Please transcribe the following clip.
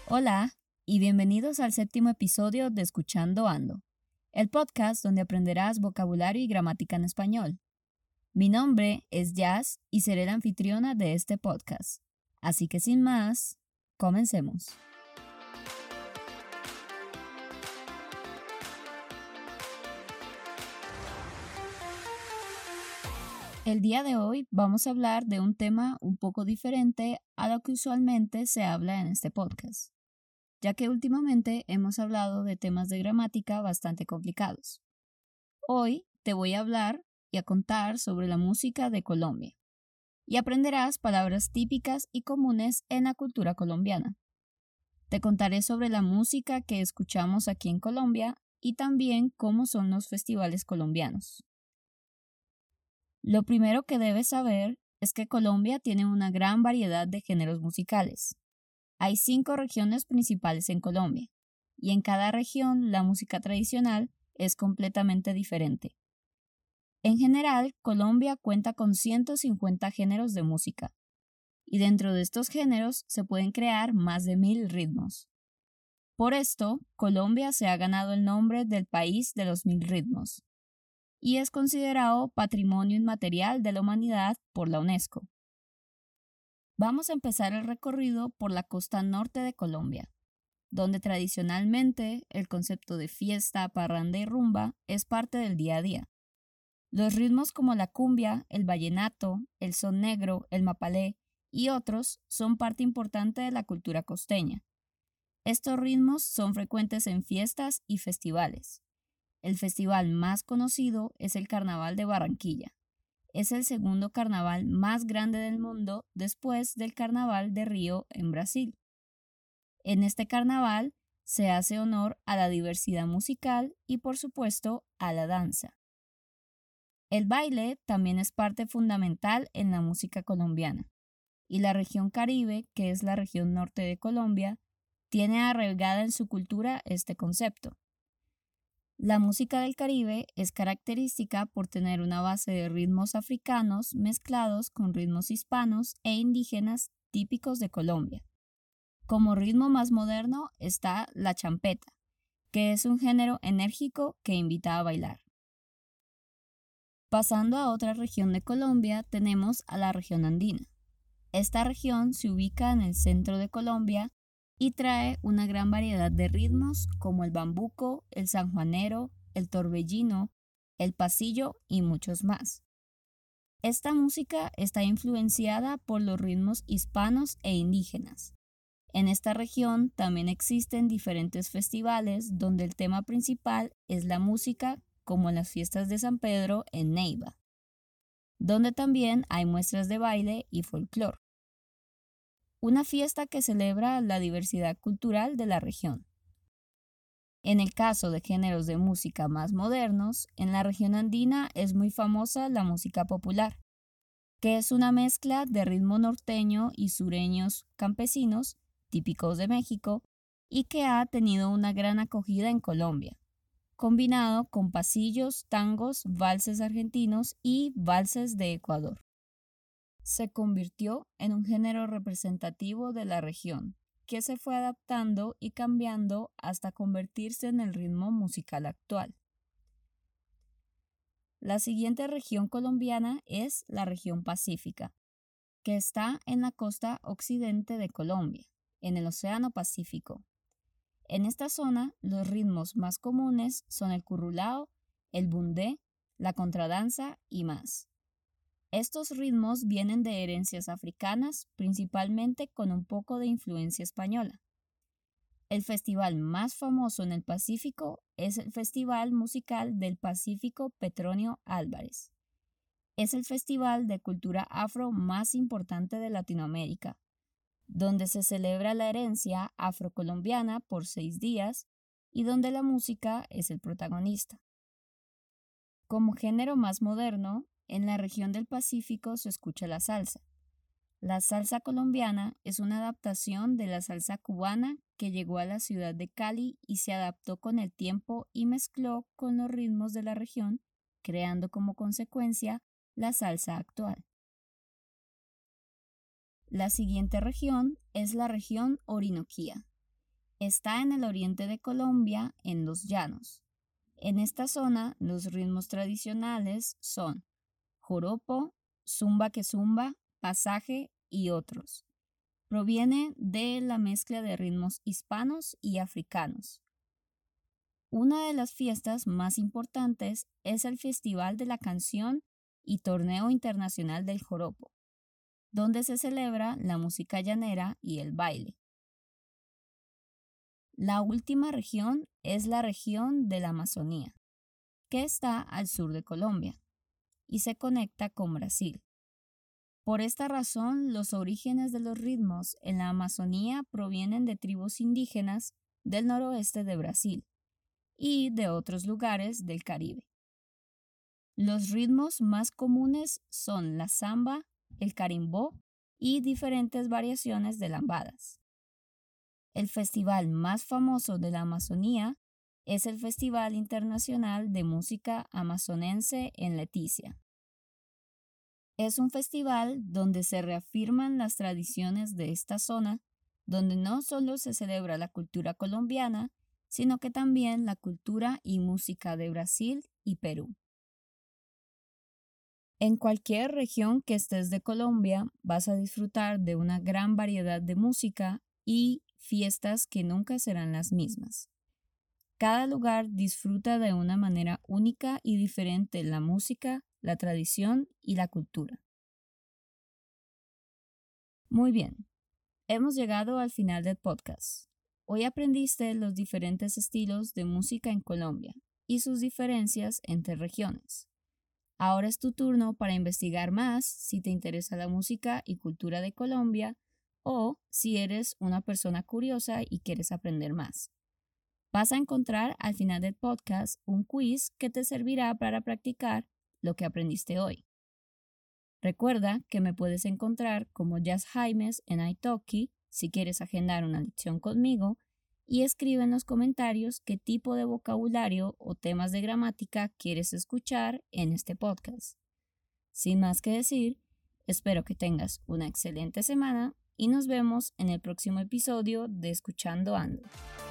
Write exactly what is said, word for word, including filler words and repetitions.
Hola y bienvenidos al séptimo episodio de Escuchando Ando, el podcast donde aprenderás vocabulario y gramática en español. Mi nombre es Jazz y seré la anfitriona de este podcast. Así que sin más, comencemos. El día de hoy vamos a hablar de un tema un poco diferente a lo que usualmente se habla en este podcast, ya que últimamente hemos hablado de temas de gramática bastante complicados. Hoy te voy a hablar y a contar sobre la música de Colombia, y aprenderás palabras típicas y comunes en la cultura colombiana. Te contaré sobre la música que escuchamos aquí en Colombia y también cómo son los festivales colombianos. Lo primero que debes saber es que Colombia tiene una gran variedad de géneros musicales. Hay cinco regiones principales en Colombia, y en cada región la música tradicional es completamente diferente. En general, Colombia cuenta con ciento cincuenta géneros de música, y dentro de estos géneros se pueden crear más de mil ritmos. Por esto, Colombia se ha ganado el nombre del país de los mil ritmos, y es considerado Patrimonio Inmaterial de la Humanidad por la UNESCO. Vamos a empezar el recorrido por la costa norte de Colombia, donde tradicionalmente el concepto de fiesta, parranda y rumba es parte del día a día. Los ritmos como la cumbia, el vallenato, el son negro, el mapalé y otros son parte importante de la cultura costeña. Estos ritmos son frecuentes en fiestas y festivales. El festival más conocido es el Carnaval de Barranquilla. Es el segundo carnaval más grande del mundo después del Carnaval de Río en Brasil. En este carnaval se hace honor a la diversidad musical y, por supuesto, a la danza. El baile también es parte fundamental en la música colombiana, y la región Caribe, que es la región norte de Colombia, tiene arraigada en su cultura este concepto. La música del Caribe es característica por tener una base de ritmos africanos mezclados con ritmos hispanos e indígenas típicos de Colombia. Como ritmo más moderno está la champeta, que es un género enérgico que invita a bailar. Pasando a otra región de Colombia, tenemos a la región andina. Esta región se ubica en el centro de Colombia y trae una gran variedad de ritmos como el bambuco, el sanjuanero, el torbellino, el pasillo y muchos más. Esta música está influenciada por los ritmos hispanos e indígenas. En esta región también existen diferentes festivales donde el tema principal es la música, como en las fiestas de San Pedro en Neiva, donde también hay muestras de baile y folclore. Una fiesta que celebra la diversidad cultural de la región. En el caso de géneros de música más modernos, en la región andina es muy famosa la música popular, que es una mezcla de ritmo norteño y sureños campesinos, típicos de México, y que ha tenido una gran acogida en Colombia, combinado con pasillos, tangos, valses argentinos y valses de Ecuador. Se convirtió en un género representativo de la región, que se fue adaptando y cambiando hasta convertirse en el ritmo musical actual. La siguiente región colombiana es la región pacífica, que está en la costa occidente de Colombia, en el Océano Pacífico. En esta zona, los ritmos más comunes son el currulao, el bundé, la contradanza y más. Estos ritmos vienen de herencias africanas, principalmente con un poco de influencia española. El festival más famoso en el Pacífico es el Festival Musical del Pacífico Petronio Álvarez. Es el festival de cultura afro más importante de Latinoamérica, donde se celebra la herencia afrocolombiana por seis días y donde la música es el protagonista. Como género más moderno, en la región del Pacífico se escucha la salsa. La salsa colombiana es una adaptación de la salsa cubana que llegó a la ciudad de Cali y se adaptó con el tiempo y mezcló con los ritmos de la región, creando como consecuencia la salsa actual. La siguiente región es la región Orinoquía. Está en el oriente de Colombia, en los llanos. En esta zona, los ritmos tradicionales son joropo, zumba que zumba, pasaje y otros. Proviene de la mezcla de ritmos hispanos y africanos. Una de las fiestas más importantes es el Festival de la Canción y Torneo Internacional del Joropo, donde se celebra la música llanera y el baile. La última región es la región de la Amazonía, que está al sur de Colombia y se conecta con Brasil. Por esta razón, los orígenes de los ritmos en la Amazonía provienen de tribus indígenas del noroeste de Brasil y de otros lugares del Caribe. Los ritmos más comunes son la samba, el carimbó y diferentes variaciones de lambadas. El festival más famoso de la Amazonía es el Festival Internacional de Música Amazonense en Leticia. Es un festival donde se reafirman las tradiciones de esta zona, donde no solo se celebra la cultura colombiana, sino que también la cultura y música de Brasil y Perú. En cualquier región que estés de Colombia, vas a disfrutar de una gran variedad de música y fiestas que nunca serán las mismas. Cada lugar disfruta de una manera única y diferente la música, la tradición y la cultura. Muy bien, hemos llegado al final del podcast. Hoy aprendiste los diferentes estilos de música en Colombia y sus diferencias entre regiones. Ahora es tu turno para investigar más si te interesa la música y cultura de Colombia o si eres una persona curiosa y quieres aprender más. Vas a encontrar al final del podcast un quiz que te servirá para practicar lo que aprendiste hoy. Recuerda que me puedes encontrar como Jazz Jaimes en italki si quieres agendar una lección conmigo y escribe en los comentarios qué tipo de vocabulario o temas de gramática quieres escuchar en este podcast. Sin más que decir, espero que tengas una excelente semana y nos vemos en el próximo episodio de Escuchando Ando.